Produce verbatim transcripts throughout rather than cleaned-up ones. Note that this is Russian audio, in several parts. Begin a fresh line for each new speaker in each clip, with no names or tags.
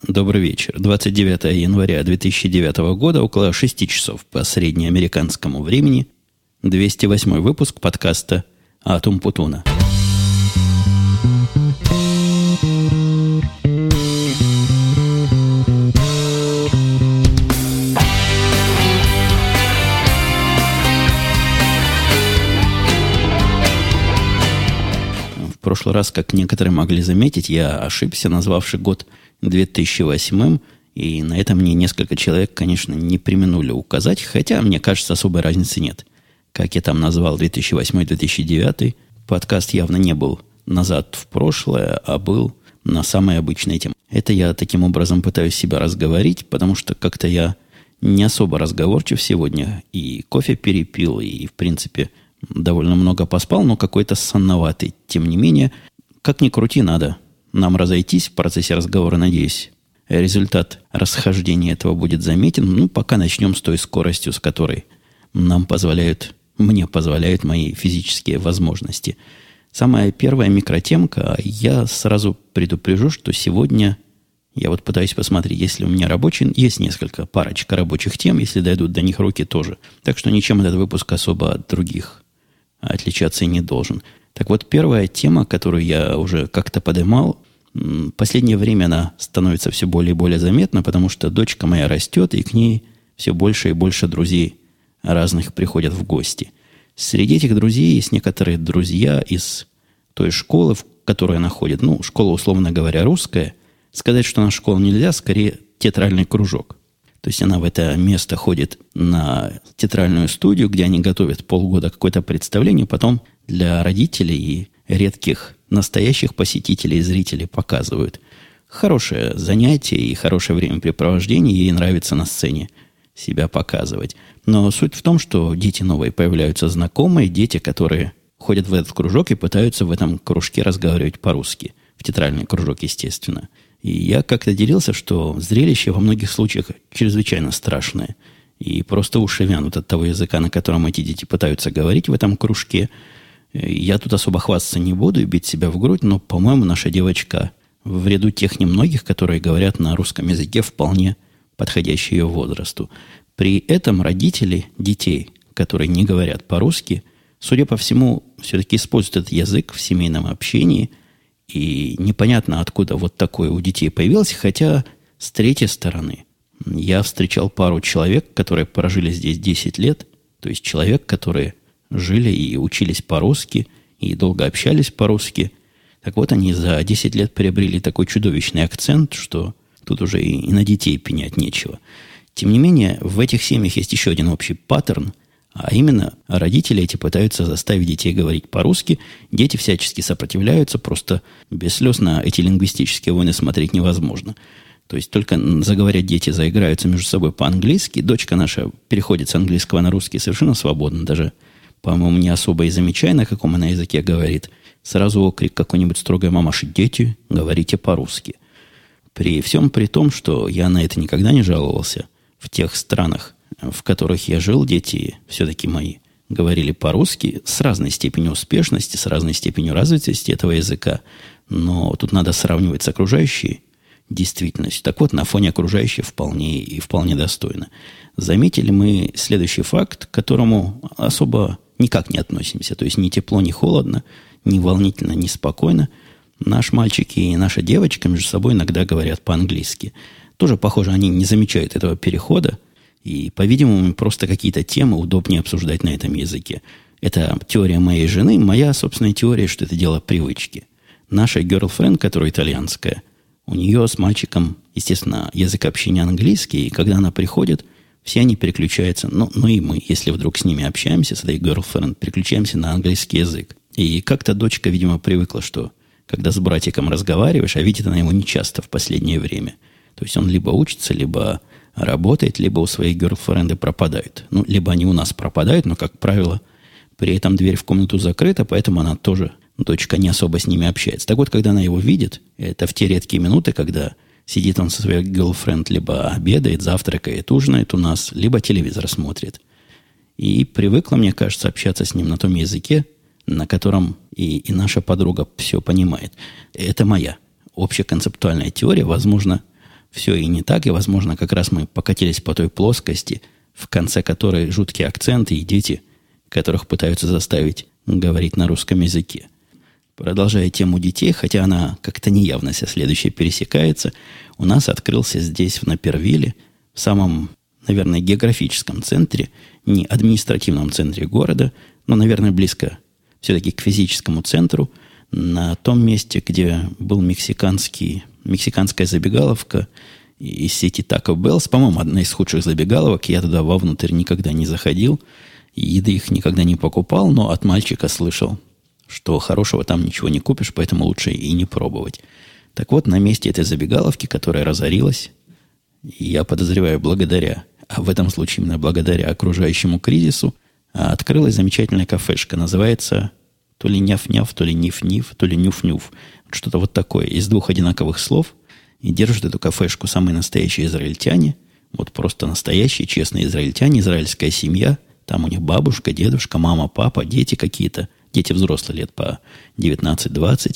Добрый вечер. двадцать девятое января две тысячи девятого года, около шести часов по среднеамериканскому времени, двести восьмой выпуск подкаста «Атум Путуна». В прошлый раз, как некоторые могли заметить, я ошибся, назвавший год две тысячи восьмым, и на это мне несколько человек, конечно, не преминули указать, хотя, мне кажется, особой разницы нет. Как я там назвал две тысячи восьмой - две тысячи девятый, подкаст явно не был назад в прошлое, а был на самой обычной теме. Это я таким образом пытаюсь себя разговорить, потому что как-то я не особо разговорчив сегодня, и кофе перепил, и, в принципе, довольно много поспал, но какой-то сонноватый. Тем не менее, как ни крути, надо нам разойтись в процессе разговора, надеюсь. Результат расхождения этого будет заметен. Ну, пока начнем с той скоростью, с которой нам позволяют, мне позволяют мои физические возможности. Самая первая микротемка. Я сразу предупрежу, что сегодня я вот пытаюсь посмотреть, если у меня рабочий, есть несколько, парочка рабочих тем, если дойдут до них руки тоже. Так что ничем этот выпуск особо от других отличаться и не должен. Так вот, первая тема, которую я уже как-то поднимал, в последнее время она становится все более и более заметна, потому что дочка моя растет, и к ней все больше и больше друзей разных приходят в гости. Среди этих друзей есть некоторые друзья из той школы, в которой она ходит. Ну, школа, условно говоря, русская. Сказать, что она школа нельзя, скорее театральный кружок. То есть она в это место ходит на театральную студию, где они готовят полгода какое-то представление, потом для родителей и редких настоящих посетителей и зрителей показывают. Хорошее занятие и хорошее времяпрепровождение, ей нравится на сцене себя показывать. Но суть в том, что дети новые появляются знакомые, дети, которые ходят в этот кружок и пытаются в этом кружке разговаривать по-русски. В театральный кружок, естественно. И я как-то делился, что зрелище во многих случаях чрезвычайно страшное. И просто уши вянут от того языка, на котором эти дети пытаются говорить в этом кружке. Я тут особо хвастаться не буду и бить себя в грудь, но, по-моему, наша девочка в ряду тех немногих, которые говорят на русском языке, вполне подходящие ее возрасту. При этом родители детей, которые не говорят по-русски, судя по всему, все-таки используют этот язык в семейном общении. И непонятно, откуда вот такое у детей появилось, хотя с третьей стороны я встречал пару человек, которые прожили здесь десять лет, то есть человек, которые жили и учились по-русски, и долго общались по-русски. Так вот, они за десять лет приобрели такой чудовищный акцент, что тут уже и, и на детей пенять нечего. Тем не менее, в этих семьях есть еще один общий паттерн, а именно родители эти пытаются заставить детей говорить по-русски. Дети всячески сопротивляются, просто без слез на эти лингвистические войны смотреть невозможно. То есть только заговорят дети, заиграются между собой по-английски. Дочка наша переходит с английского на русский совершенно свободно, даже, по-моему, не особо и замечая, на каком она языке говорит. Сразу окрик какой-нибудь строгой мамаши: «Дети, говорите по-русски». При всем при том, что я на это никогда не жаловался, в тех странах, в которых я жил, дети все-таки мои говорили по-русски с разной степенью успешности, с разной степенью развитости этого языка. Но тут надо сравнивать с окружающей действительностью. Так вот, на фоне окружающей вполне и вполне достойно. Заметили мы следующий факт, к которому особо никак не относимся. То есть ни тепло, ни холодно, ни волнительно, ни спокойно. Наш мальчик и наша девочка между собой иногда говорят по-английски. Тоже, похоже, они не замечают этого перехода. И, по-видимому, просто какие-то темы удобнее обсуждать на этом языке. Это теория моей жены, моя собственная теория, что это дело привычки. Наша girlfriend, которая итальянская, у нее с мальчиком, естественно, язык общения английский, и когда она приходит, все они переключаются, ну, ну и мы, если вдруг с ними общаемся, с этой girlfriend, переключаемся на английский язык. И как-то дочка, видимо, привыкла, что когда с братиком разговариваешь, а видит она его нечасто в последнее время. То есть он либо учится, либо работает, либо у своей герлфренды пропадают. Ну, либо они у нас пропадают, но, как правило, при этом дверь в комнату закрыта, поэтому она тоже, дочка, не особо с ними общается. Так вот, когда она его видит, это в те редкие минуты, когда сидит он со своей герлфренд, либо обедает, завтракает, ужинает у нас, либо телевизор смотрит. И привыкла, мне кажется, общаться с ним на том языке, на котором и, и наша подруга все понимает. Это моя общеконцептуальная теория. Возможно, все и не так, и, возможно, как раз мы покатились по той плоскости, в конце которой жуткие акценты и дети, которых пытаются заставить говорить на русском языке. Продолжая тему детей, хотя она как-то неявно со следующей пересекается, у нас открылся здесь, в Напервилле, в самом, наверное, географическом центре, не административном центре города, но, наверное, близко все-таки к физическому центру, на том месте, где был мексиканский, мексиканская забегаловка из сети Taco Bell, по-моему, одна из худших забегаловок. Я туда вовнутрь никогда не заходил, еды их никогда не покупал, но от мальчика слышал, что хорошего там ничего не купишь, поэтому лучше и не пробовать. Так вот, на месте этой забегаловки, которая разорилась, я подозреваю, благодаря, а в этом случае именно благодаря окружающему кризису, открылась замечательная кафешка. Называется то ли няф-няф, то ли ниф-ниф, то ли нюф-нюф. Что-то вот такое, из двух одинаковых слов. И держат эту кафешку самые настоящие израильтяне. Вот просто настоящие, честные израильтяне, израильская семья. Там у них бабушка, дедушка, мама, папа, дети какие-то. Дети взрослые лет по девятнадцать-двадцать.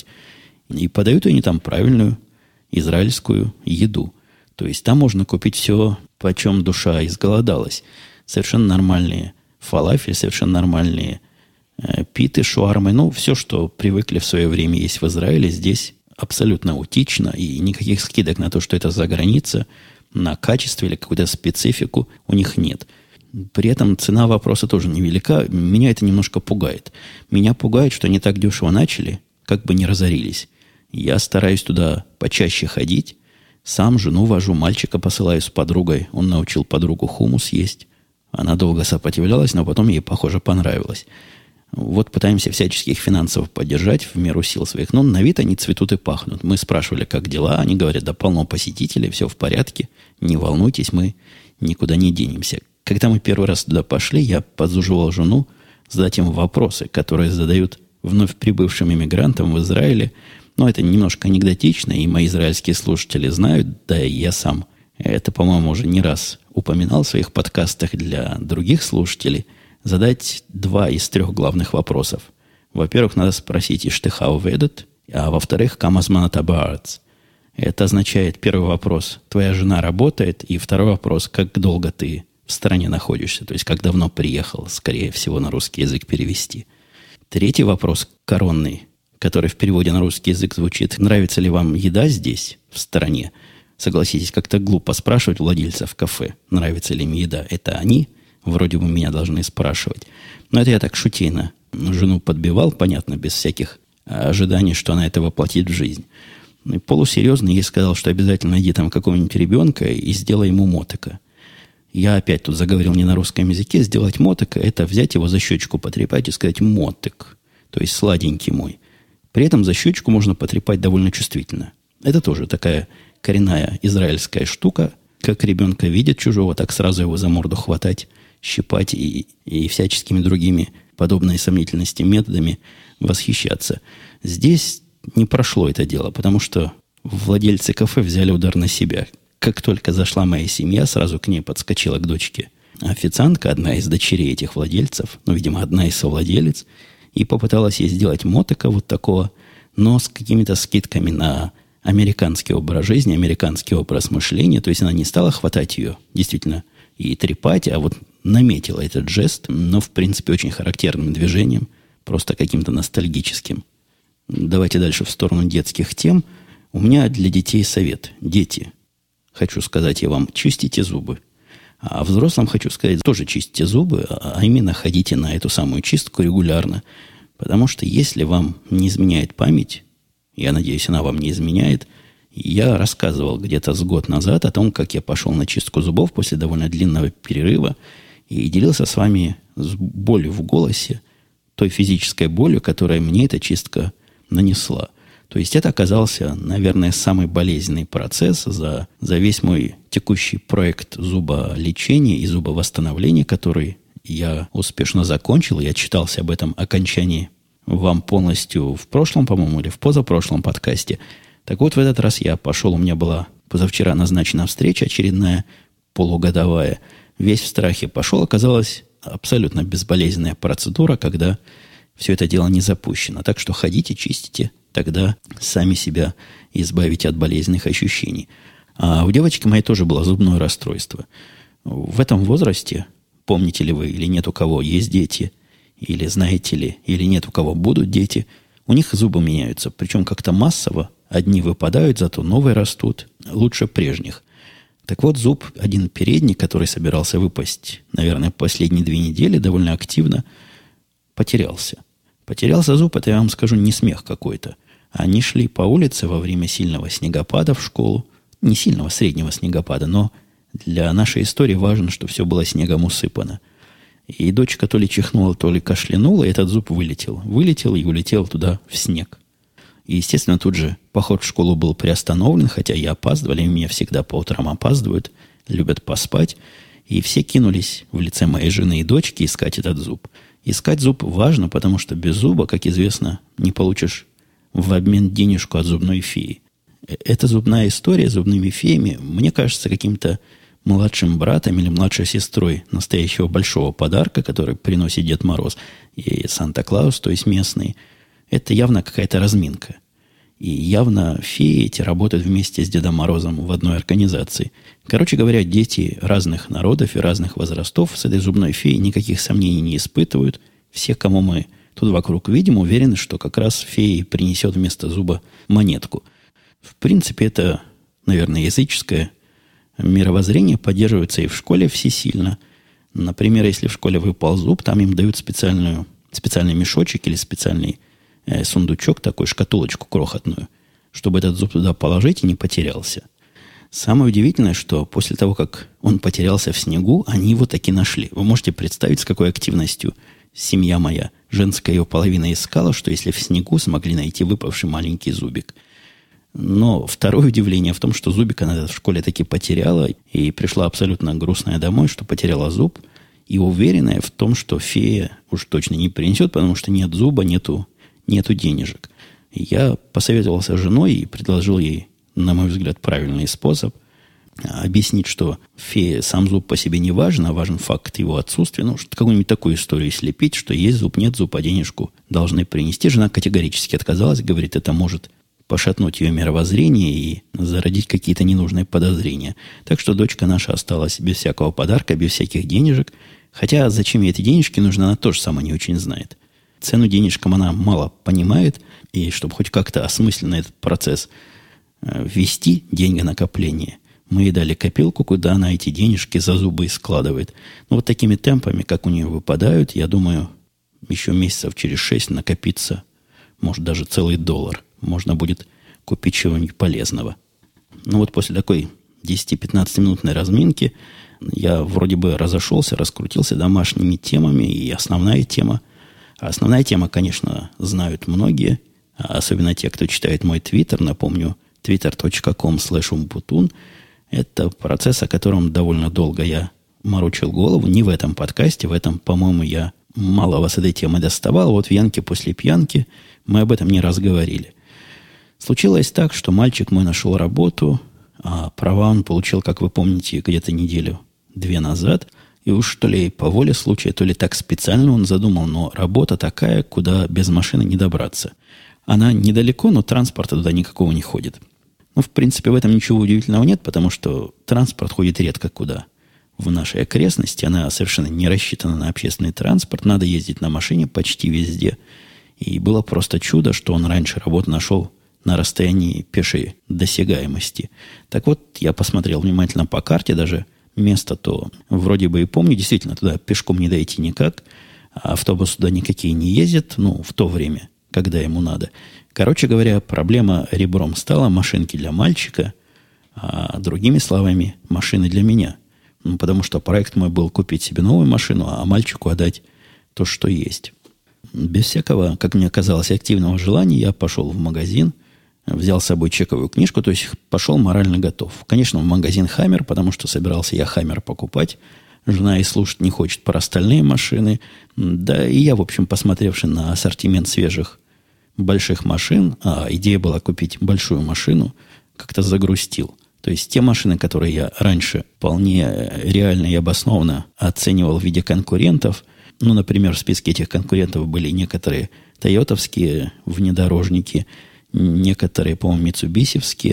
И подают они там правильную израильскую еду. То есть там можно купить все, почем душа изголодалась. Совершенно нормальные фалафель, совершенно нормальные э, питы, шуармы. Ну, все, что привыкли в свое время есть в Израиле, здесь абсолютно аутично. И никаких скидок на то, что это за граница, на качество или какую-то специфику у них нет. При этом цена вопроса тоже невелика. Меня это немножко пугает. Меня пугает, что они так дешево начали, как бы не разорились. Я стараюсь туда почаще ходить. Сам жену вожу, мальчика посылаю с подругой. Он научил подругу хумус есть. Она долго сопротивлялась, но потом ей, похоже, понравилось. Вот пытаемся всячески их финансово поддержать в меру сил своих. Но на вид они цветут и пахнут. Мы спрашивали, как дела. Они говорят, да полно посетителей, все в порядке. Не волнуйтесь, мы никуда не денемся. Когда мы первый раз туда пошли, я подзуживал жену задать им вопросы, которые задают вновь прибывшим иммигрантам в Израиле. Но это немножко анекдотично, и мои израильские слушатели знают, да и я сам это, по-моему, уже не раз упоминал в своих подкастах для других слушателей, задать два из трех главных вопросов. Во-первых, надо спросить «Иштехау ведет?», а во-вторых «Камазмана табаарец?». Это означает, первый вопрос «Твоя жена работает?» и второй вопрос «Как долго ты в стране находишься?» То есть, как давно приехал, скорее всего, на русский язык перевести. Третий вопрос, коронный, который в переводе на русский язык звучит «Нравится ли вам еда здесь, в стране?» Согласитесь, как-то глупо спрашивать владельцев кафе, нравится ли им еда. Это они вроде бы меня должны спрашивать. Но это я так шутейно жену подбивал, понятно, без всяких ожиданий, что она это воплотит в жизнь. И полусерьезно ей сказал, что обязательно найди там какого-нибудь ребенка и сделай ему мотыка. Я опять тут заговорил не на русском языке. Сделать мотыка – это взять его за щечку, потрепать и сказать «мотык», то есть «сладенький мой». При этом за щечку можно потрепать довольно чувствительно. Это тоже такая коренная израильская штука. Как ребенка видит чужого, так сразу его за морду хватать, щипать и, и всяческими другими подобной сомнительности методами восхищаться. Здесь не прошло это дело, потому что владельцы кафе взяли удар на себя. Как только зашла моя семья, сразу к ней подскочила к дочке официантка, одна из дочерей этих владельцев, ну, видимо, одна из совладелец, и попыталась ей сделать мотыка вот такого, но с какими-то скидками на американский образ жизни, американский образ мышления. То есть она не стала хватать ее, действительно, и трепать, а вот наметила этот жест, но, в принципе, очень характерным движением, просто каким-то ностальгическим. Давайте дальше в сторону детских тем. У меня для детей совет. Дети, хочу сказать я вам, чистите зубы. А взрослым хочу сказать, тоже чистите зубы, а именно ходите на эту самую чистку регулярно. Потому что если вам не изменяет память, я надеюсь, она вам не изменяет, я рассказывал где-то с год назад о том, как я пошел на чистку зубов после довольно длинного перерыва и делился с вами с болью в голосе, той физической болью, которая мне эта чистка нанесла. То есть это оказался, наверное, самый болезненный процесс за, за весь мой текущий проект зуболечения и зубовосстановления, который я успешно закончил. Я читался об этом окончании вам полностью в прошлом, по-моему, или в позапрошлом подкасте. Так вот, в этот раз я пошел, у меня была позавчера назначена встреча очередная, полугодовая. Весь в страхе пошел. Оказалась абсолютно безболезненная процедура, когда все это дело не запущено. Так что ходите, чистите, тогда сами себя избавите от болезненных ощущений. А у девочки моей тоже было зубное расстройство. В этом возрасте, помните ли вы или нет у кого есть дети, или знаете ли, или нет у кого будут дети, у них зубы меняются. Причем как-то массово. Одни выпадают, зато новые растут лучше прежних. Так вот, зуб один передний, который собирался выпасть, наверное, последние две недели, довольно активно, потерялся. Потерялся зуб, это, я вам скажу, не смех какой-то. Они шли по улице во время сильного снегопада в школу. Не сильного, среднего снегопада, но для нашей истории важно, что все было снегом усыпано. И дочка то ли чихнула, то ли кашлянула, и этот зуб вылетел. Вылетел и улетел туда в снег. И, естественно, тут же поход в школу был приостановлен, хотя и опаздывали, и меня всегда по утрам опаздывают, любят поспать. И все кинулись в лице моей жены и дочки искать этот зуб. Искать зуб важно, потому что без зуба, как известно, не получишь в обмен денежку от зубной феи. Эта зубная история с зубными феями, мне кажется, каким-то младшим братом или младшей сестрой настоящего большого подарка, который приносит Дед Мороз и Санта-Клаус, то есть местный. Это явно какая-то разминка. И явно феи эти работают вместе с Дедом Морозом в одной организации. Короче говоря, дети разных народов и разных возрастов с этой зубной феей никаких сомнений не испытывают. Все, кому мы тут вокруг видим, уверены, что как раз фея принесет вместо зуба монетку. В принципе, это, наверное, языческое мировоззрение поддерживается и в школе всесильно. Например, если в школе выпал зуб, там им дают специальную, специальный мешочек или специальный э, сундучок, такую шкатулочку крохотную, чтобы этот зуб туда положить и не потерялся. Самое удивительное, что после того, как он потерялся в снегу, они его таки нашли. Вы можете представить, с какой активностью семья моя, женская ее половина, искала, что если в снегу смогли найти выпавший маленький зубик. Но второе удивление в том, что зубик она в школе таки потеряла и пришла абсолютно грустная домой, что потеряла зуб, и уверенная в том, что фея уж точно не принесет, потому что нет зуба, нету, нету денежек. Я посоветовался с женой и предложил ей, на мой взгляд, правильный способ объяснить, что фея сам зуб по себе не важен, а важен факт его отсутствия. Ну, какую-нибудь такую историю слепить, что есть зуб, нет зуба, денежку должны принести. Жена категорически отказалась, говорит, это может пошатнуть ее мировоззрение и зародить какие-то ненужные подозрения. Так что дочка наша осталась без всякого подарка, без всяких денежек. Хотя зачем ей эти денежки нужны, она тоже сама не очень знает. Цену денежкам она мало понимает, и чтобы хоть как-то осмысленно этот процесс э, ввести, деньгонакопление, мы ей дали копилку, куда она эти денежки за зубы складывает. Ну, вот такими темпами, как у нее выпадают, я думаю, еще месяцев через шесть накопится, может, даже целый доллар. Можно будет купить чего-нибудь полезного. Ну вот после такой десяти-пятнадцатиминутной разминки я вроде бы разошелся, раскрутился домашними темами, и основная тема, а основная тема, конечно, знают многие, особенно те, кто читает мой твиттер, напомню, твиттер точка ком слэш умпутун, это процесс, о котором довольно долго я морочил голову, не в этом подкасте, в этом, по-моему, я мало вас этой темы доставал, вот в Янке после пьянки мы об этом не раз говорили. Случилось так, что мальчик мой нашел работу, а права он получил, как вы помните, где-то неделю-две назад. И уж то ли по воле случая, то ли так специально он задумал, но работа такая, куда без машины не добраться. Она недалеко, но транспорта туда никакого не ходит. Ну, в принципе, в этом ничего удивительного нет, потому что транспорт ходит редко куда. В нашей окрестности она совершенно не рассчитана на общественный транспорт, надо ездить на машине почти везде. И было просто чудо, что он раньше работу нашел на расстоянии пешей досягаемости. Так вот, я посмотрел внимательно по карте, даже место то вроде бы и помню. Действительно, туда пешком не дойти никак. А автобус туда никакие не ездят, ну, в то время, когда ему надо. Короче говоря, проблема ребром стала машинки для мальчика, а другими словами, машины для меня. Ну, потому что проект мой был купить себе новую машину, а мальчику отдать то, что есть. Без всякого, как мне казалось, активного желания я пошел в магазин, взял с собой чековую книжку, то есть пошел морально готов. Конечно, в магазин «Хаммер», потому что собирался я «Хаммер» покупать. Жена и слушать не хочет про остальные машины. Да и я, в общем, посмотревши на ассортимент свежих больших машин, а идея была купить большую машину, как-то загрустил. То есть те машины, которые я раньше вполне реально и обоснованно оценивал в виде конкурентов, ну, например, в списке этих конкурентов были некоторые тойотовские внедорожники, некоторые, по-моему, митсубисевские,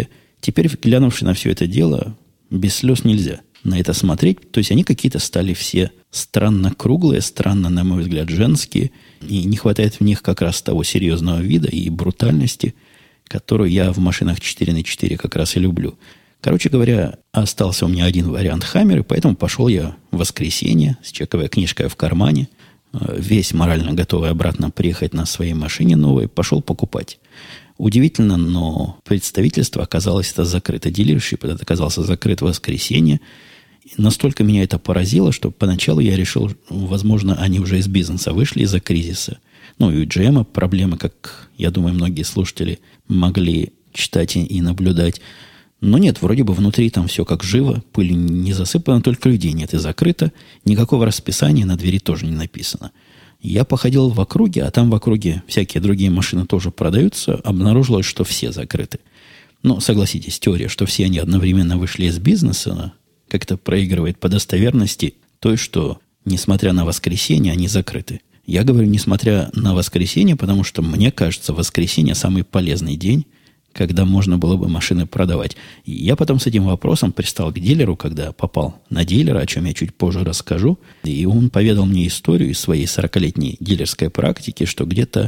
Теперь, глянувши на все это дело, без слез нельзя на это смотреть. То есть они какие-то стали все странно круглые, странно, на мой взгляд, женские. И не хватает в них как раз того серьезного вида и брутальности, которую я в машинах четыре на четыре как раз и люблю. Короче говоря, остался у меня один вариант Хаммер, и поэтому пошел я в воскресенье с чековой книжкой в кармане, весь морально готовый обратно приехать на своей машине новой, пошел покупать. Удивительно, но представительство оказалось это закрыто. Дилершип этот оказался закрыт в воскресенье. Настолько меня это поразило, что поначалу я решил, возможно, они уже из бизнеса вышли из-за кризиса. Ну, и у джи эм проблемы, как, я думаю, многие слушатели могли читать и наблюдать. Но нет, вроде бы внутри там все как живо, пыль не засыпана, только людей нет и закрыто. Никакого расписания на двери тоже не написано. Я походил в округе, а там в округе всякие другие машины тоже продаются. Обнаружилось, что все закрыты. Ну, согласитесь, теория, что все они одновременно вышли из бизнеса, как-то проигрывает по достоверности той, что, несмотря на воскресенье, они закрыты. Я говорю, несмотря на воскресенье, потому что, мне кажется, воскресенье самый полезный день, когда можно было бы машины продавать. И я потом с этим вопросом пристал к дилеру, когда попал на дилера, о чем я чуть позже расскажу. И он поведал мне историю из своей сорокалетней дилерской практики, что где-то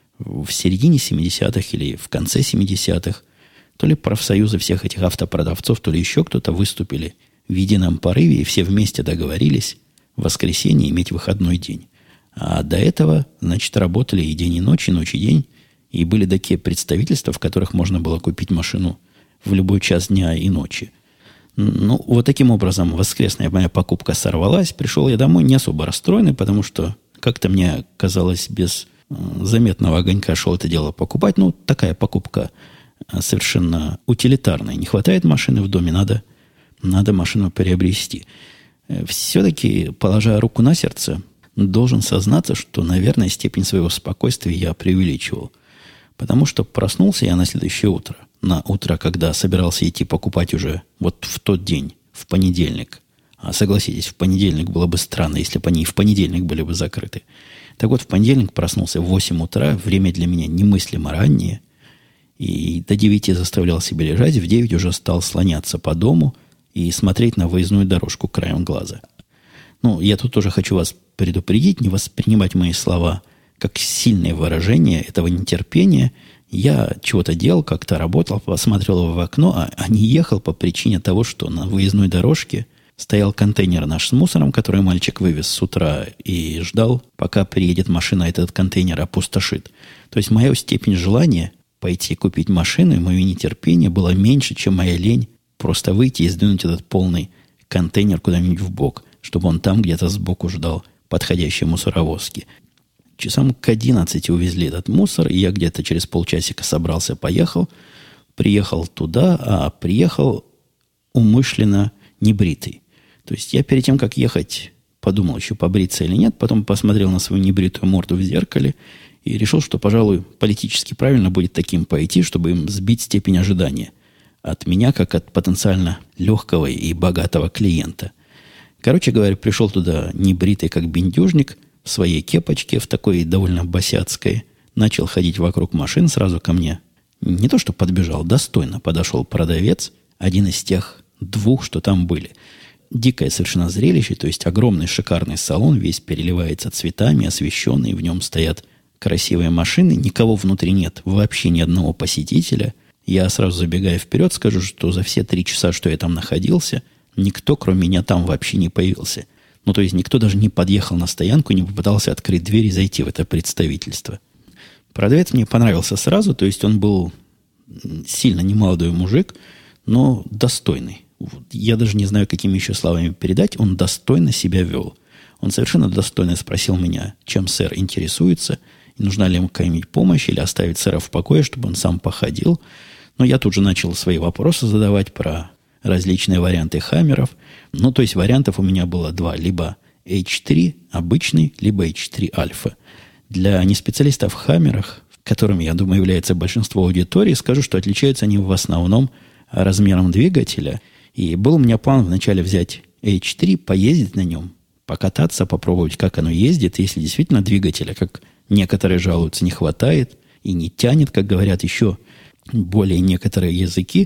в середине семидесятых или в конце семидесятых то ли профсоюзы всех этих автопродавцов, то ли еще кто-то выступили в едином порыве, и все вместе договорились в воскресенье иметь выходной день. А до этого, значит, работали и день, и ночь, и ночь, и день. И были такие представительства, в которых можно было купить машину в любой час дня и ночи. Ну, вот таким образом воскресная моя покупка сорвалась. Пришел я домой не особо расстроенный, потому что как-то мне казалось без э, заметного огонька шел это дело покупать. Ну, такая покупка э, совершенно утилитарная. Не хватает машины в доме, надо, надо машину приобрести. Э, все-таки, положа руку на сердце, должен сознаться, что, наверное, степень своего спокойствия я преувеличивал. Потому что проснулся я на следующее утро. На утро, когда собирался идти покупать уже вот в тот день, в понедельник. А согласитесь, в понедельник было бы странно, если бы они и в понедельник были бы закрыты. Так вот, в понедельник проснулся в восемь утра. Время для меня немыслимо раннее. И до девяти заставлял себя лежать. В девять уже стал слоняться по дому и смотреть на выездную дорожку краем глаза. Ну, я тут тоже хочу вас предупредить, не воспринимать мои слова как сильное выражение этого нетерпения. Я чего-то делал, как-то работал, посмотрел в окно, а, а не ехал по причине того, что на выездной дорожке стоял контейнер наш с мусором, который мальчик вывез с утра, и ждал, пока приедет машина, этот контейнер опустошит. То есть моя степень желания пойти купить машину и мое нетерпение было меньше, чем моя лень просто выйти и сдвинуть этот полный контейнер куда-нибудь в бок, чтобы он там где-то сбоку ждал подходящей мусоровозки. Часам к одиннадцати увезли этот мусор, и я где-то через полчасика собрался, поехал. Приехал туда, а приехал умышленно небритый. То есть я перед тем, как ехать, подумал, еще побриться или нет, потом посмотрел на свою небритую морду в зеркале и решил, что, пожалуй, политически правильно будет таким пойти, чтобы им сбить степень ожидания от меня, как от потенциально легкого и богатого клиента. Короче говоря, пришел туда небритый, как бендюжник, в своей кепочке, в такой довольно босяцкой, начал ходить вокруг машин, сразу ко мне. Не то, что подбежал, достойно подошел продавец, один из тех двух, что там были. Дикое совершенно зрелище, то есть огромный шикарный салон, весь переливается цветами, освещенный, в нем стоят красивые машины, никого внутри нет, вообще ни одного посетителя. Я сразу забегая вперед скажу, что за все три часа, что я там находился, никто, кроме меня, там вообще не появился. Ну, то есть, никто даже не подъехал на стоянку, не попытался открыть дверь и зайти в это представительство. Продавец мне понравился сразу, то есть, он был сильно немолодой мужик, но достойный. Я даже не знаю, какими еще словами передать. Он достойно себя вел. Он совершенно достойно спросил меня, чем сэр интересуется, и нужна ли ему какая-нибудь помощь, или оставить сэра в покое, чтобы он сам походил. Но я тут же начал свои вопросы задавать про различные варианты хаммеров. Ну, то есть, вариантов у меня было два. Либо эйч три обычный, либо эйч три альфа. Для неспециалистов в хаммерах, которыми, я думаю, является большинство аудитории, скажу, что отличаются они в основном размером двигателя. И был у меня план вначале взять эйч три, поездить на нем, покататься, попробовать, как оно ездит. Если действительно двигателя, как некоторые жалуются, не хватает и не тянет, как говорят еще более некоторые языки,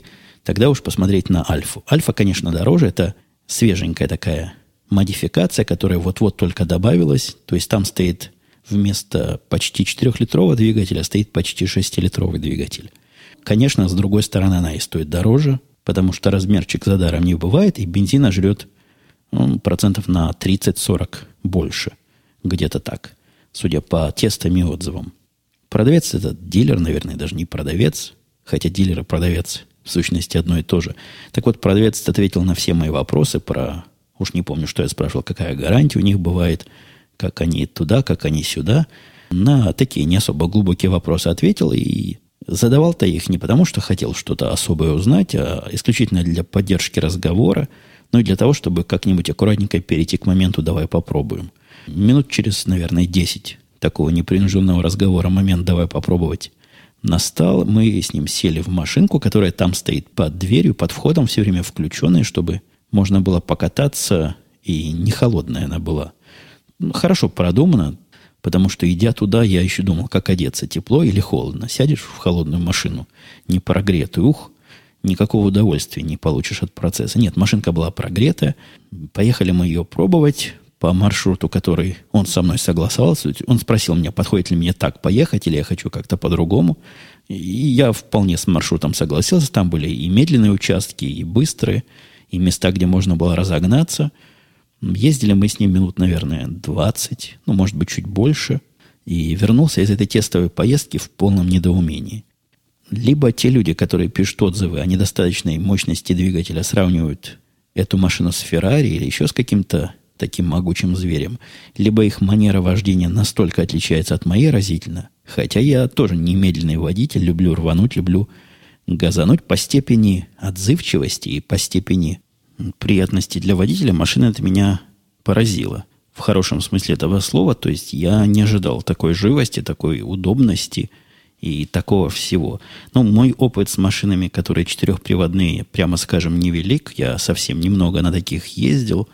тогда уж посмотреть на Альфу. Альфа, конечно, дороже. Это свеженькая такая модификация, которая вот-вот только добавилась. То есть там стоит вместо почти четырехлитрового двигателя стоит почти шестилитровый двигатель. Конечно, с другой стороны, она и стоит дороже, потому что размерчик за даром не бывает, и бензина жрет ну, процентов на тридцать-сорок больше. Где-то так, судя по тестам и отзывам. Продавец этот дилер, наверное, даже не продавец, хотя дилер и продавец в сущности одно и то же. Так вот, продавец ответил на все мои вопросы про, уж не помню, что я спрашивал, какая гарантия у них бывает, как они туда, как они сюда. На такие не особо глубокие вопросы ответил, и задавал-то их не потому, что хотел что-то особое узнать, а исключительно для поддержки разговора, ну и для того, чтобы как-нибудь аккуратненько перейти к моменту «давай попробуем». Минут через, наверное, десять такого непринужденного разговора момент «давай попробовать» настал. Мы с ним сели в машинку, которая там стоит под дверью, под входом, все время включенная, чтобы можно было покататься, и не холодная она была. Хорошо продумано, потому что, идя туда, я еще думал, как одеться, тепло или холодно. Сядешь в холодную машину, не прогретую, ух, никакого удовольствия не получишь от процесса. Нет, машинка была прогретая. Поехали мы ее пробовать по маршруту, который он со мной согласовался. Он спросил меня, подходит ли мне так поехать, или я хочу как-то по-другому. И я вполне с маршрутом согласился. Там были и медленные участки, и быстрые, и места, где можно было разогнаться. Ездили мы с ним минут, наверное, двадцать, ну, может быть, чуть больше. И вернулся из этой тестовой поездки в полном недоумении. Либо те люди, которые пишут отзывы о недостаточной мощности двигателя, сравнивают эту машину с Феррари или еще с каким-то таким могучим зверем, либо их манера вождения настолько отличается от моей разительно, хотя я тоже не медленный водитель, люблю рвануть, люблю газануть по степени отзывчивости и по степени приятности для водителя. Машина это меня поразила. В хорошем смысле этого слова. То есть я не ожидал такой живости, такой удобности и такого всего. Но мой опыт с машинами, которые четырехприводные, прямо скажем, невелик. Я совсем немного на таких ездил.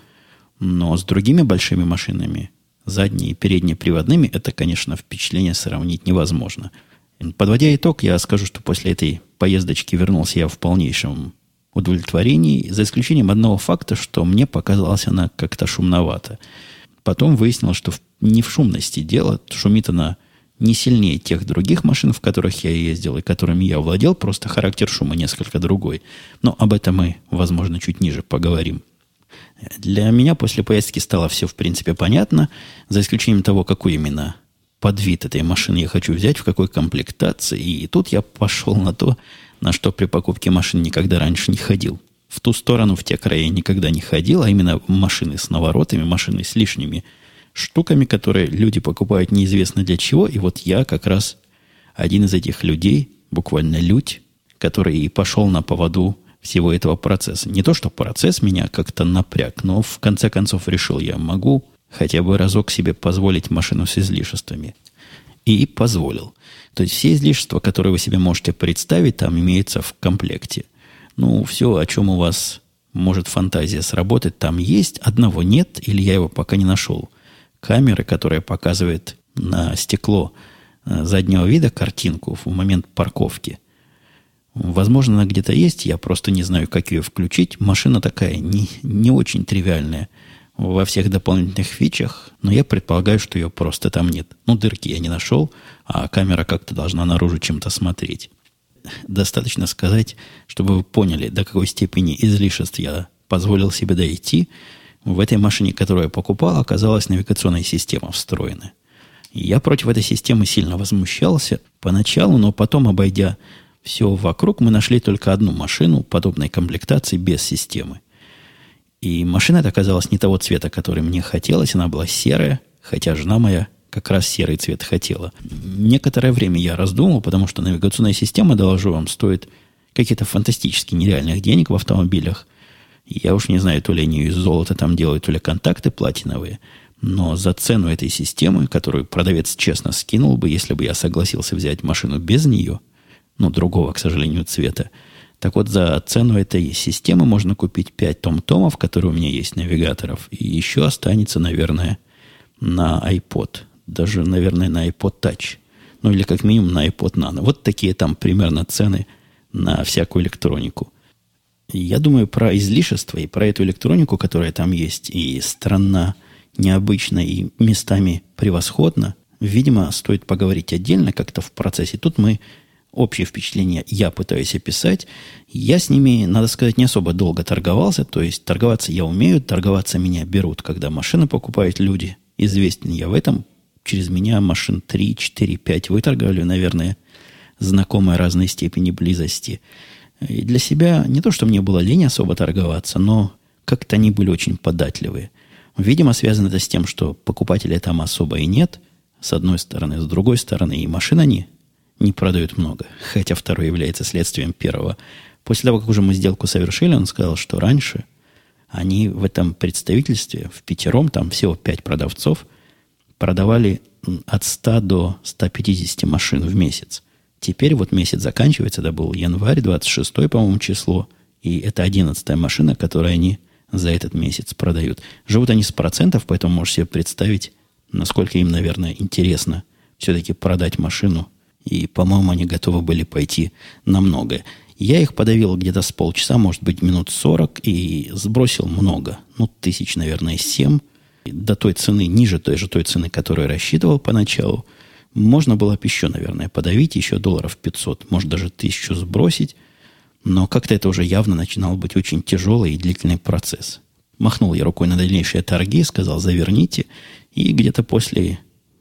Но с другими большими машинами, задние и переднеприводными, это, конечно, впечатление сравнить невозможно. Подводя итог, я скажу, что после этой поездочки вернулся я в полнейшем удовлетворении, за исключением одного факта, что мне показалась она как-то шумновато. Потом выяснилось, что не в шумности дело, шумит она не сильнее тех других машин, в которых я ездил и которыми я владел, просто характер шума несколько другой. Но об этом мы, возможно, чуть ниже поговорим. Для меня после поездки стало все, в принципе, понятно, за исключением того, какой именно подвид этой машины я хочу взять, в какой комплектации. И тут я пошел на то, на что при покупке машин никогда раньше не ходил. В ту сторону, в те края никогда не ходил, а именно машины с наворотами, машины с лишними штуками, которые люди покупают неизвестно для чего. И вот я как раз один из этих людей, буквально людь, который и пошел на поводу всего этого процесса. Не то, что процесс меня как-то напряг, но в конце концов решил, я могу хотя бы разок себе позволить машину с излишествами. И позволил. То есть все излишества, которые вы себе можете представить, там имеются в комплекте. Ну, все, о чем у вас может фантазия сработать, там есть. Одного нет, или я его пока не нашел. Камеры, которая показывает на стекло заднего вида картинку в момент парковки. Возможно, она где-то есть, я просто не знаю, как ее включить. Машина такая не, не очень тривиальная во всех дополнительных фичах, но я предполагаю, что ее просто там нет. Ну, дырки я не нашел, а камера как-то должна наружу чем-то смотреть. Достаточно сказать, чтобы вы поняли, до какой степени излишеств я позволил себе дойти. В этой машине, которую я покупал, оказалась навигационная система встроенная. Я против этой системы сильно возмущался поначалу, но потом, обойдя все вокруг, мы нашли только одну машину подобной комплектации без системы. И машина эта оказалась не того цвета, который мне хотелось. Она была серая, хотя жена моя как раз серый цвет хотела. Некоторое время я раздумывал, потому что навигационная система, доложу вам, стоит каких-то фантастически нереальных денег в автомобилях. Я уж не знаю, то ли они из золота там делают, то ли контакты платиновые. Но за цену этой системы, которую продавец честно скинул бы, если бы я согласился взять машину без нее, ну, другого, к сожалению, цвета. Так вот, за цену этой системы можно купить пять том-томов, которые у меня есть, навигаторов, и еще останется, наверное, на iPod. Даже, наверное, на iPod Touch. Ну, или как минимум на iPod Nano. Вот такие там примерно цены на всякую электронику. Я думаю про излишество и про эту электронику, которая там есть, и странна, необычна, и местами превосходна. Видимо, стоит поговорить отдельно как-то в процессе. Тут мы общее впечатление я пытаюсь описать. Я с ними, надо сказать, не особо долго торговался. То есть торговаться я умею, торговаться меня берут, когда машины покупают люди. Известен я в этом. Через меня машин три, четыре, пять выторговали, наверное, знакомые разной степени близости. И для себя не то, что мне было лень особо торговаться, но как-то они были очень податливые. Видимо, связано это с тем, что покупателей там особо и нет, с одной стороны. С другой стороны, и машин они не продают много, хотя второе является следствием первого. После того, как уже мы сделку совершили, он сказал, что раньше они в этом представительстве, в пятером, там всего пять продавцов, продавали от ста до ста пятидесяти машин в месяц. Теперь вот месяц заканчивается, это был январь, двадцать шестое, по-моему, число, и это одиннадцатая машина, которую они за этот месяц продают. Живут они с процентов, поэтому можешь себе представить, насколько им, наверное, интересно все-таки продать машину. И, по-моему, они готовы были пойти на многое. Я их подавил где-то с полчаса, может быть, минут сорок, и сбросил много. Ну, тысяч, наверное, семь. До той цены, ниже той же той цены, которую рассчитывал поначалу. Можно было бы еще, наверное, подавить, еще долларов пятьсот, может, даже тысячу сбросить. Но как-то это уже явно начинал быть очень тяжелый и длительный процесс. Махнул я рукой на дальнейшие торги, сказал, заверните. И где-то после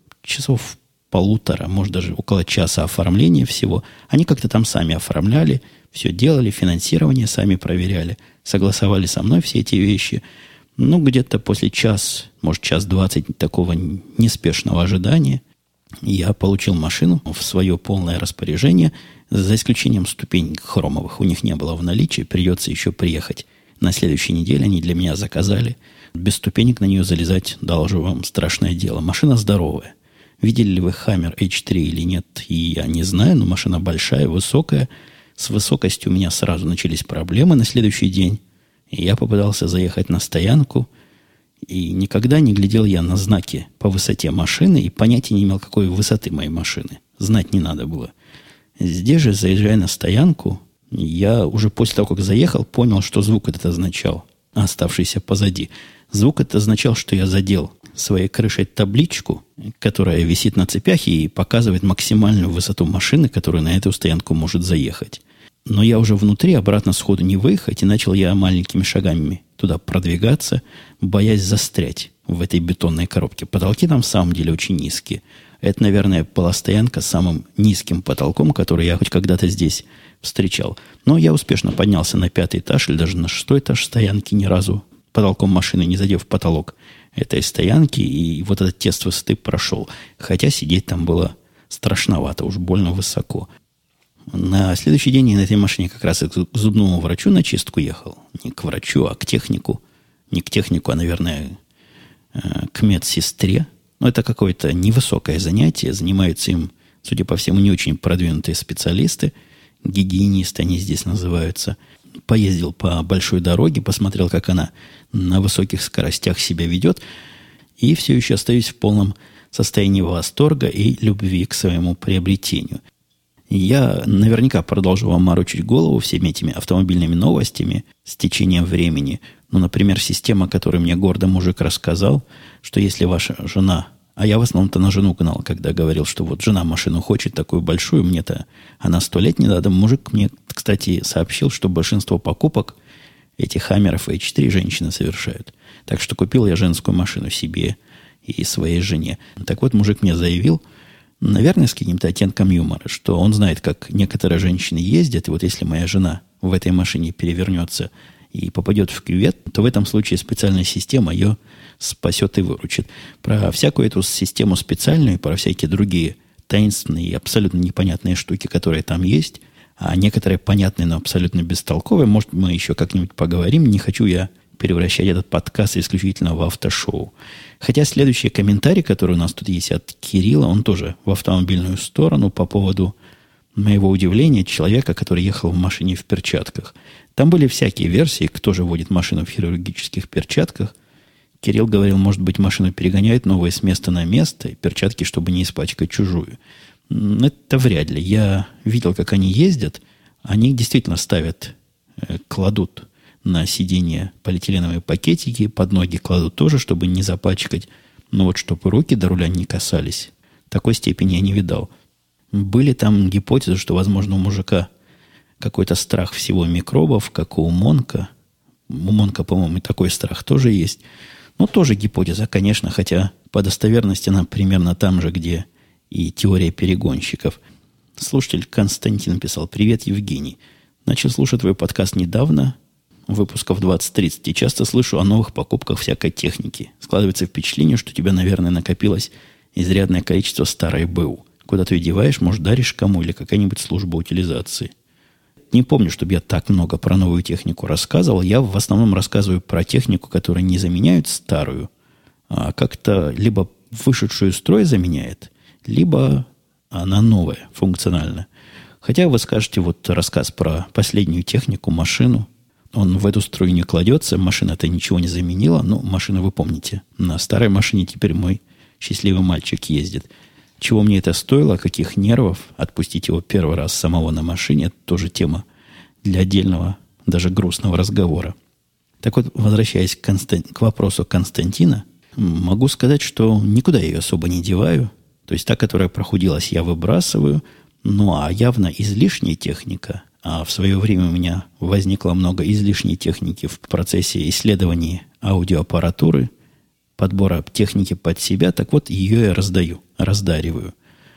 часов полутора, может, даже около часа оформления всего, они как-то там сами оформляли, все делали, финансирование сами проверяли, согласовали со мной все эти вещи. Ну, где-то после час, может, час двадцать такого неспешного ожидания я получил машину в свое полное распоряжение, за исключением ступенек хромовых. У них не было в наличии, придется еще приехать на следующей неделе. Они для меня заказали. Без ступенек на нее залезать, доложу вам, страшное дело. Машина здоровая. Видели ли вы Hammer эйч три или нет, и я не знаю, но машина большая, высокая. С высокостью у меня сразу начались проблемы на следующий день. И я попытался заехать на стоянку, и никогда не глядел я на знаки по высоте машины и понятия не имел, какой высоты моей машины. Знать не надо было. Здесь же, заезжая на стоянку, я уже после того, как заехал, понял, что звук этот означал, оставшийся позади. Звук этот означал, что я задел своей крышей табличку, которая висит на цепях и показывает максимальную высоту машины, которая на эту стоянку может заехать. Но я уже внутри, обратно сходу не выехать, и начал я маленькими шагами туда продвигаться, боясь застрять в этой бетонной коробке. Потолки там в самом деле очень низкие. Это, наверное, была стоянка с самым низким потолком, который я хоть когда-то здесь встречал. Но я успешно поднялся на пятый этаж или даже на шестой этаж стоянки, ни разу потолком машины не задев потолок этой стоянки, и вот этот тест высоты прошел. Хотя сидеть там было страшновато, уж больно высоко. На следующий день я на этой машине как раз к зубному врачу на чистку ехал. Не к врачу, а к технику. Не к технику, а, наверное, к медсестре. Но это какое-то невысокое занятие. Занимаются им, судя по всему, не очень продвинутые специалисты. Гигиенисты они здесь называются. Поездил по большой дороге, посмотрел, как она на высоких скоростях себя ведет. И все еще остаюсь в полном состоянии восторга и любви к своему приобретению. Я наверняка продолжу вам морочить голову всеми этими автомобильными новостями с течением времени. Ну, например, система, которую мне гордо мужик рассказал, что если ваша жена... А я в основном-то на жену гнал, когда говорил, что вот жена машину хочет такую большую, мне-то она сто лет не надо. Мужик мне, кстати, сообщил, что большинство покупок этих Хаммеров эйч три женщины совершают. Так что купил я женскую машину себе и своей жене. Так вот, мужик мне заявил, наверное, с каким-то оттенком юмора, что он знает, как некоторые женщины ездят, и вот если моя жена в этой машине перевернется и попадет в кювет, то в этом случае специальная система ее спасет и выручит. Про всякую эту систему специальную, про всякие другие таинственные и абсолютно непонятные штуки, которые там есть, а некоторые понятные, но абсолютно бестолковые, может, мы еще как-нибудь поговорим. Не хочу я превращать этот подкаст исключительно в автошоу. Хотя следующий комментарий, который у нас тут есть от Кирилла, он тоже в автомобильную сторону по поводу моего удивления человека, который ехал в машине в перчатках. Там были всякие версии, кто же водит машину в хирургических перчатках. Кирилл говорил, может быть, машину перегоняют новые с места на место, и перчатки, чтобы не испачкать чужую. Это вряд ли. Я видел, как они ездят. Они действительно ставят э, кладут на сиденье полиэтиленовые пакетики, под ноги кладут тоже, чтобы не запачкать. Но вот чтобы руки до руля не касались, такой степени я не видал. Были там гипотезы, что, возможно, у мужика какой-то страх всего микробов, как у Монка. У Монка, по-моему, и такой страх тоже есть. Ну, тоже гипотеза, конечно, хотя по достоверности она примерно там же, где и теория перегонщиков. Слушатель Константин писал: «Привет, Евгений. Начал слушать твой подкаст недавно, выпусков двадцать-тридцать, и часто слышу о новых покупках всякой техники. Складывается впечатление, что у тебя, наверное, накопилось изрядное количество старой БУ. Куда ты ее деваешь, может, даришь кому или какая-нибудь служба утилизации». Не помню, чтобы я так много про новую технику рассказывал. Я в основном рассказываю про технику, которая не заменяет старую, а как-то либо вышедшую из строя заменяет, либо она новая, функциональная. Хотя вы скажете, вот рассказ про последнюю технику, машину, он в эту струю не кладется, машина-то ничего не заменила. Ну, машину вы помните. На старой машине теперь мой счастливый мальчик ездит. Чего мне это стоило, каких нервов отпустить его первый раз самого на машине, это тоже тема для отдельного, даже грустного разговора. Так вот, возвращаясь к, Констан... к вопросу Константина, могу сказать, что никуда я ее особо не деваю. То есть та, которая прохудилась, я выбрасываю. Ну, а явно излишняя техника, а в свое время у меня возникло много излишней техники в процессе исследований аудиоаппаратуры, подбора техники под себя, так вот, ее я раздаю, раздариваю.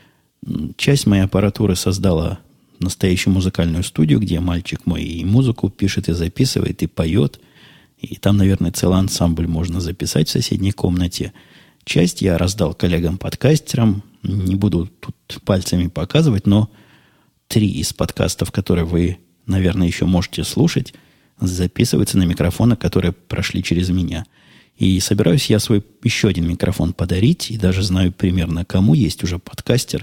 Часть моей аппаратуры создала настоящую музыкальную студию, где мальчик мой и музыку пишет, и записывает, и поет. И там, наверное, целый ансамбль можно записать в соседней комнате. Часть я раздал коллегам-подкастерам. Не буду тут пальцами показывать, но три из подкастов, которые вы, наверное, еще можете слушать, записываются на микрофоны, которые прошли через меня. И собираюсь я свой еще один микрофон подарить, и даже знаю примерно, кому. Есть уже подкастер,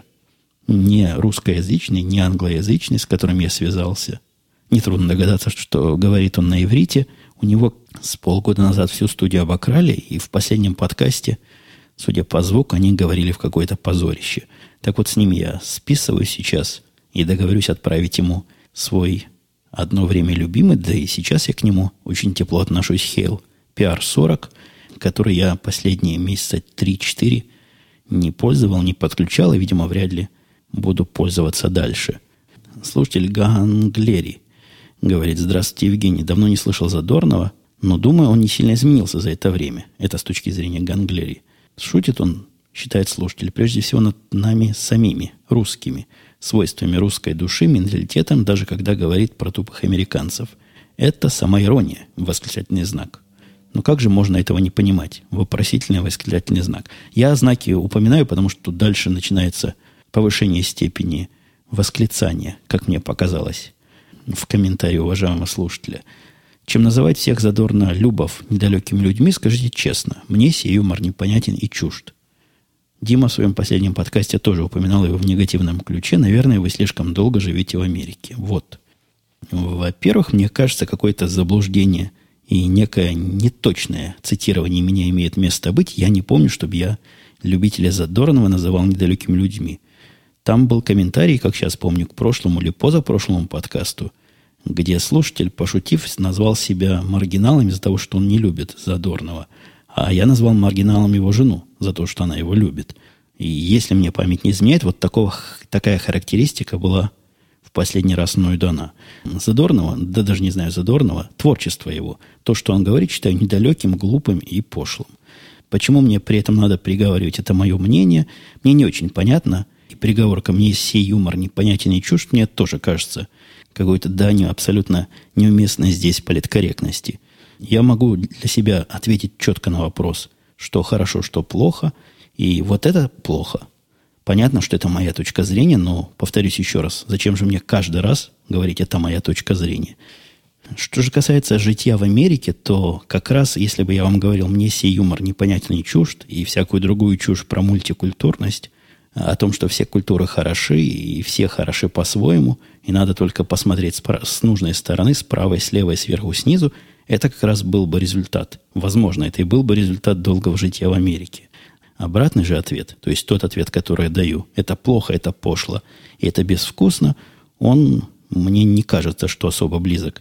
не русскоязычный, не англоязычный, с которым я связался. Нетрудно догадаться, что говорит он на иврите. У него с полгода назад всю студию обокрали, и в последнем подкасте, судя по звуку, они говорили в какое-то позорище. Так вот, с ним я списываю сейчас и договорюсь отправить ему свой одно время любимый, да и сейчас я к нему очень тепло отношусь, Хейл пи ар сорок, который я последние месяца три-четыре не пользовал, не подключал, и, видимо, вряд ли буду пользоваться дальше. Слушатель Ганглери говорит: «Здравствуйте, Евгений. Давно не слышал Задорнова, но, думаю, он не сильно изменился за это время». Это с точки зрения Ганглери. Шутит он, считает слушатель, прежде всего над нами самими, русскими, свойствами русской души, менталитетом, даже когда говорит про тупых американцев. Это самоирония, восклицательный знак. Но как же можно этого не понимать? Вопросительный восклицательный знак. Я знаки упоминаю, потому что тут дальше начинается повышение степени восклицания, как мне показалось в комментарии уважаемого слушателя. Чем называть всех задорно любов недалекими людьми, скажите честно, мне сей юмор непонятен и чужд. Дима в своем последнем подкасте тоже упоминал его в негативном ключе. Наверное, вы слишком долго живете в Америке. Вот. Во-первых, мне кажется, какое-то заблуждение и некое неточное цитирование меня имеет место быть. Я не помню, чтобы я любителя Задорнова называл недалекими людьми. Там был комментарий, как сейчас помню, к прошлому или позапрошлому подкасту, где слушатель, пошутив, назвал себя маргиналом из-за того, что он не любит Задорнова. А я назвал маргиналом его жену за то, что она его любит. И если мне память не изменяет, вот такого, такая характеристика была в последний раз мною дана. Задорнова, да даже не знаю Задорнова, творчество его, то, что он говорит, считаю недалеким, глупым и пошлым. Почему мне при этом надо приговаривать? Это мое мнение. Мне не очень понятно. И приговор ко мне сей юмор непонятен и чужд, мне тоже кажется какой-то данью абсолютно неуместной здесь политкорректности. Я могу для себя ответить четко на вопрос, что хорошо, что плохо, и вот это плохо. Понятно, что это моя точка зрения, но, повторюсь еще раз, зачем же мне каждый раз говорить, это моя точка зрения? Что же касается житья в Америке, то как раз, если бы я вам говорил, мне сей юмор непонятен и чужд, и всякую другую чушь про мультикультурность, о том, что все культуры хороши, и все хороши по-своему, и надо только посмотреть с нужной стороны, с правой, с левой, сверху, снизу, это как раз был бы результат. Возможно, это и был бы результат долгого жития в Америке. Обратный же ответ, то есть тот ответ, который я даю, это плохо, это пошло, и это безвкусно, он мне не кажется, что особо близок к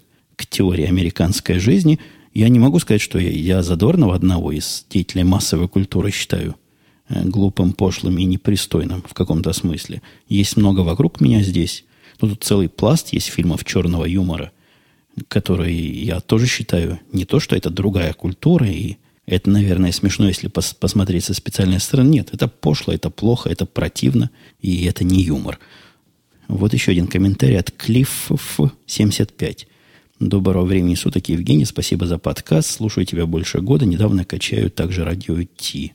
к теории американской жизни. Я не могу сказать, что я, я Задорнова, одного из деятелей массовой культуры, считаю э, глупым, пошлым и непристойным в каком-то смысле. Есть много вокруг меня здесь. Ну, тут целый пласт есть фильмов черного юмора, которые я тоже считаю не то, что это другая культура, и это, наверное, смешно, если пос- посмотреть со специальной стороны. Нет, это пошло, это плохо, это противно, и это не юмор. Вот еще один комментарий от Клифф семьдесят пять. Доброго времени суток, Евгений. Спасибо за подкаст. Слушаю тебя больше года. Недавно качаю также радио Ти.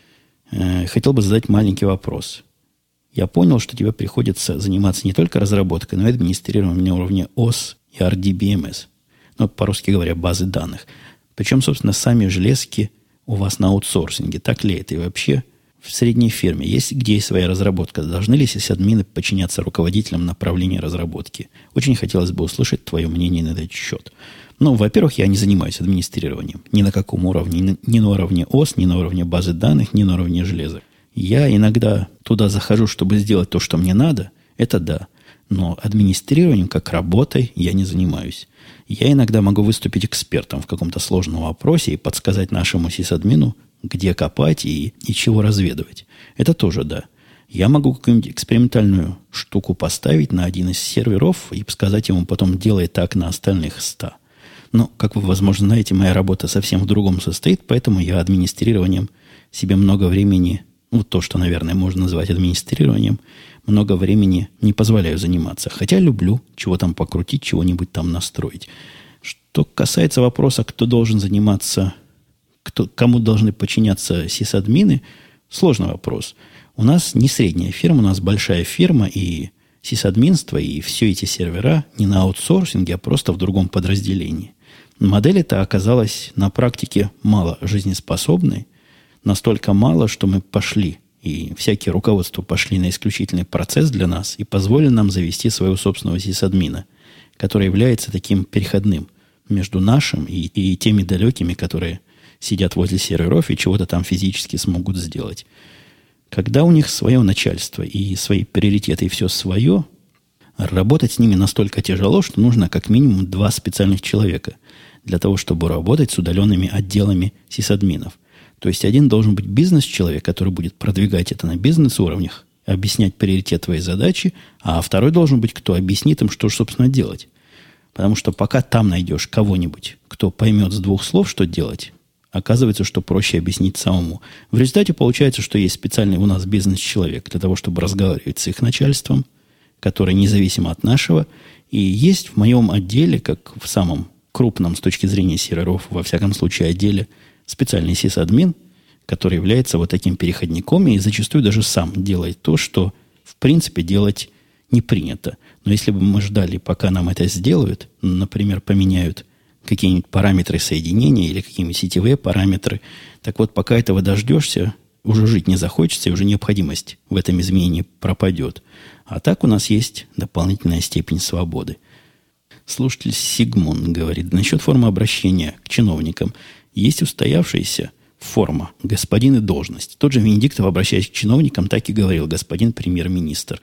Э, хотел бы задать маленький вопрос. Я понял, что тебе приходится заниматься не только разработкой, но и администрированием на уровне о эс и ар ди би эм эс. Ну, по-русски говоря, базы данных. Причем, собственно, сами железки у вас на аутсорсинге. Так ли это? И вообще в средней фирме есть, где есть своя разработка? Должны ли сисадмины подчиняться руководителям направления разработки? Очень хотелось бы услышать твое мнение на этот счет. Ну, во-первых, я не занимаюсь администрированием. Ни на каком уровне. Ни на уровне о эс, ни на уровне базы данных, ни на уровне железа. Я иногда туда захожу, чтобы сделать то, что мне надо. Это да. Но администрированием, как работой, я не занимаюсь. Я иногда могу выступить экспертом в каком-то сложном вопросе и подсказать нашему сисадмину, где копать и, и чего разведывать. Это тоже да. Я могу какую-нибудь экспериментальную штуку поставить на один из серверов и сказать ему потом «делай так на остальных ста». Но, как вы, возможно, знаете, моя работа совсем в другом состоит, поэтому я администрированием себе много времени, ну, то, что, наверное, можно назвать администрированием, много времени не позволяю заниматься. Хотя люблю чего там покрутить, чего-нибудь там настроить. Что касается вопроса, кто должен заниматься, кто, кому должны подчиняться сисадмины, сложный вопрос. У нас не средняя фирма, у нас большая фирма, и сисадминство, и все эти сервера не на аутсорсинге, а просто в другом подразделении. Модель эта оказалась на практике мало жизнеспособной, настолько мало, что мы пошли, и всякие руководства пошли на исключительный процесс для нас и позволили нам завести своего собственного сисадмина, который является таким переходным между нашим и, и теми далекими, которые сидят возле серверов и чего-то там физически смогут сделать. Когда у них свое начальство и свои приоритеты, и все свое, работать с ними настолько тяжело, что нужно как минимум два специальных человека для того, чтобы работать с удаленными отделами сисадминов. То есть один должен быть бизнес-человек, который будет продвигать это на бизнес-уровнях, объяснять приоритет твоей задачи, а второй должен быть, кто объяснит им, что же, собственно, делать. Потому что пока там найдешь кого-нибудь, кто поймет с двух слов, что делать, оказывается, что проще объяснить самому. В результате получается, что есть специальный у нас бизнес-человек для того, чтобы разговаривать с их начальством, который независимо от нашего. И есть в моем отделе, как в самом крупном с точки зрения серверов, во всяком случае, отделе, специальный сисадмин, который является вот таким переходником и зачастую даже сам делает то, что в принципе делать не принято. Но если бы мы ждали, пока нам это сделают, например, поменяют какие-нибудь параметры соединения или какие-нибудь сетевые параметры, так вот, пока этого дождешься, уже жить не захочется, и уже необходимость в этом изменении пропадет. А так у нас есть дополнительная степень свободы. Слушатель Сигмун говорит, насчет формы обращения к чиновникам. Есть устоявшаяся форма «господин» и «должность». Тот же Венедиктов, обращаясь к чиновникам, так и говорил «господин премьер-министр».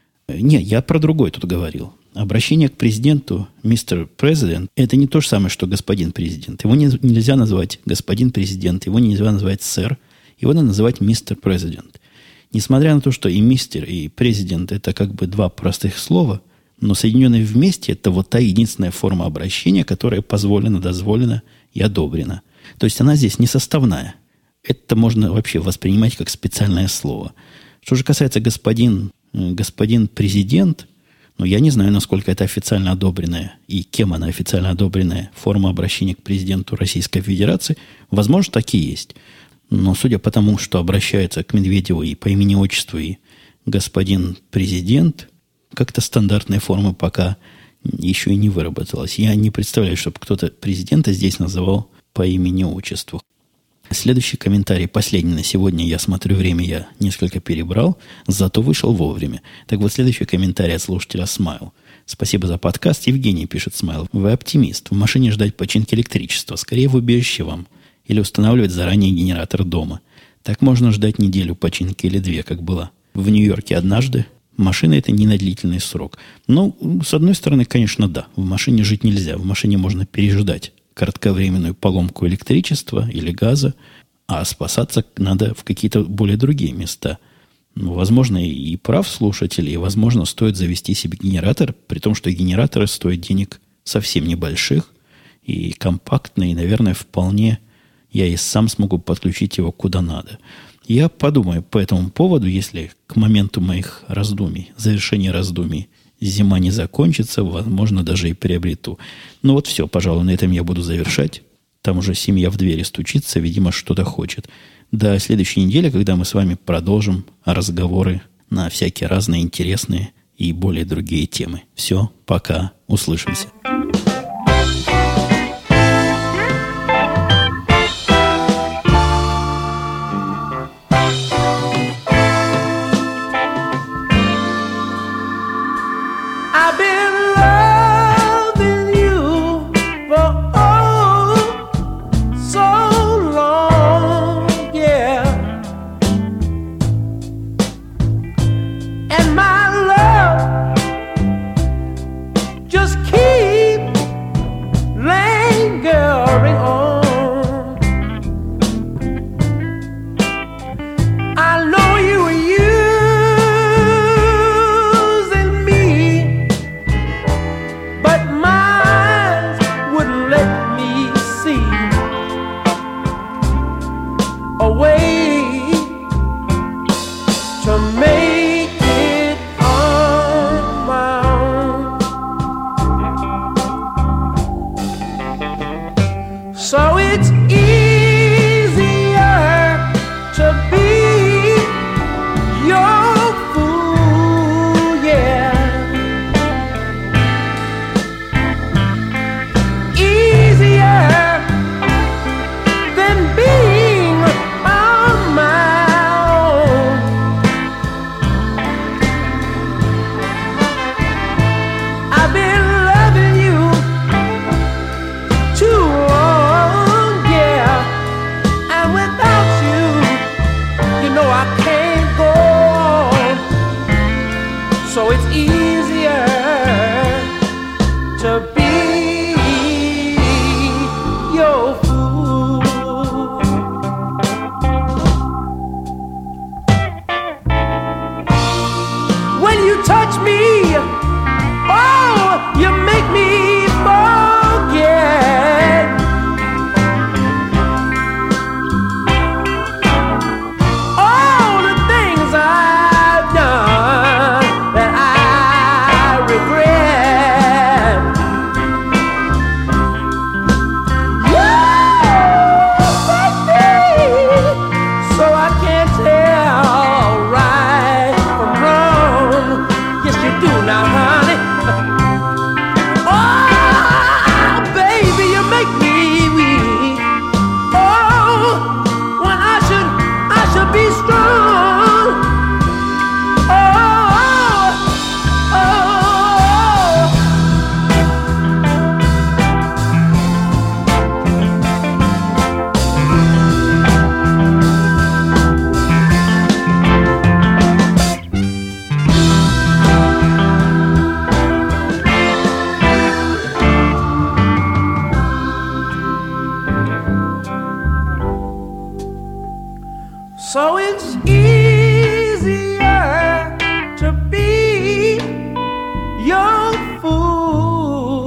Не, я про другой тут говорил. Обращение к президенту, мистер Президент, это не то же самое, что господин президент. Его не, нельзя назвать господин президент, его нельзя назвать сэр, его надо называть мистер Президент. Несмотря на то, что и мистер, и президент это как бы два простых слова, но соединенные вместе это вот та единственная форма обращения, которая позволена, дозволена и одобрена. То есть она здесь не составная. Это можно вообще воспринимать как специальное слово. Что же касается господин, господин президент, ну, я не знаю, насколько это официально одобренная и кем она официально одобренная форма обращения к президенту Российской Федерации. Возможно, так и есть. Но судя по тому, что обращается к Медведеву и по имени-отчеству, и господин президент, как-то стандартной формы пока еще и не выработалась. Я не представляю, чтобы кто-то президента здесь называл по имени-отчеству. Следующий комментарий, последний на сегодня, я смотрю, время я несколько перебрал, зато вышел вовремя. Так вот, следующий комментарий от слушателя Смайл. Спасибо за подкаст. Евгений пишет Смайл. Вы оптимист. В машине ждать починки электричества. Скорее в убежище вам. Или устанавливать заранее генератор дома. Так можно ждать неделю починки или две, как было в Нью-Йорке однажды. Машина это не на длительный срок. Но, с одной стороны, конечно, да. В машине жить нельзя. В машине можно переждать кратковременную поломку электричества или газа, а спасаться надо в какие-то более другие места. Ну, возможно, и прав слушателей, и, возможно, стоит завести себе генератор, при том, что генераторы стоят денег совсем небольших и компактные, и, наверное, вполне я и сам смогу подключить его куда надо. Я подумаю по этому поводу, если к моменту моих раздумий, завершения раздумий, зима не закончится, возможно, даже и приобрету. Ну вот все, пожалуй, на этом я буду завершать. Там уже семья в двери стучится, видимо, что-то хочет. До следующей недели, когда мы с вами продолжим разговоры на всякие разные интересные и более другие темы. Все, пока, услышимся.
So it's easier to be your fool,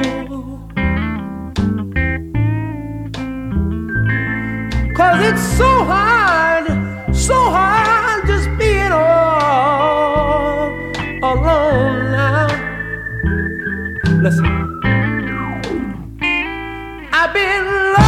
'cause it's so hard, so hard just being all alone now. Listen, I've been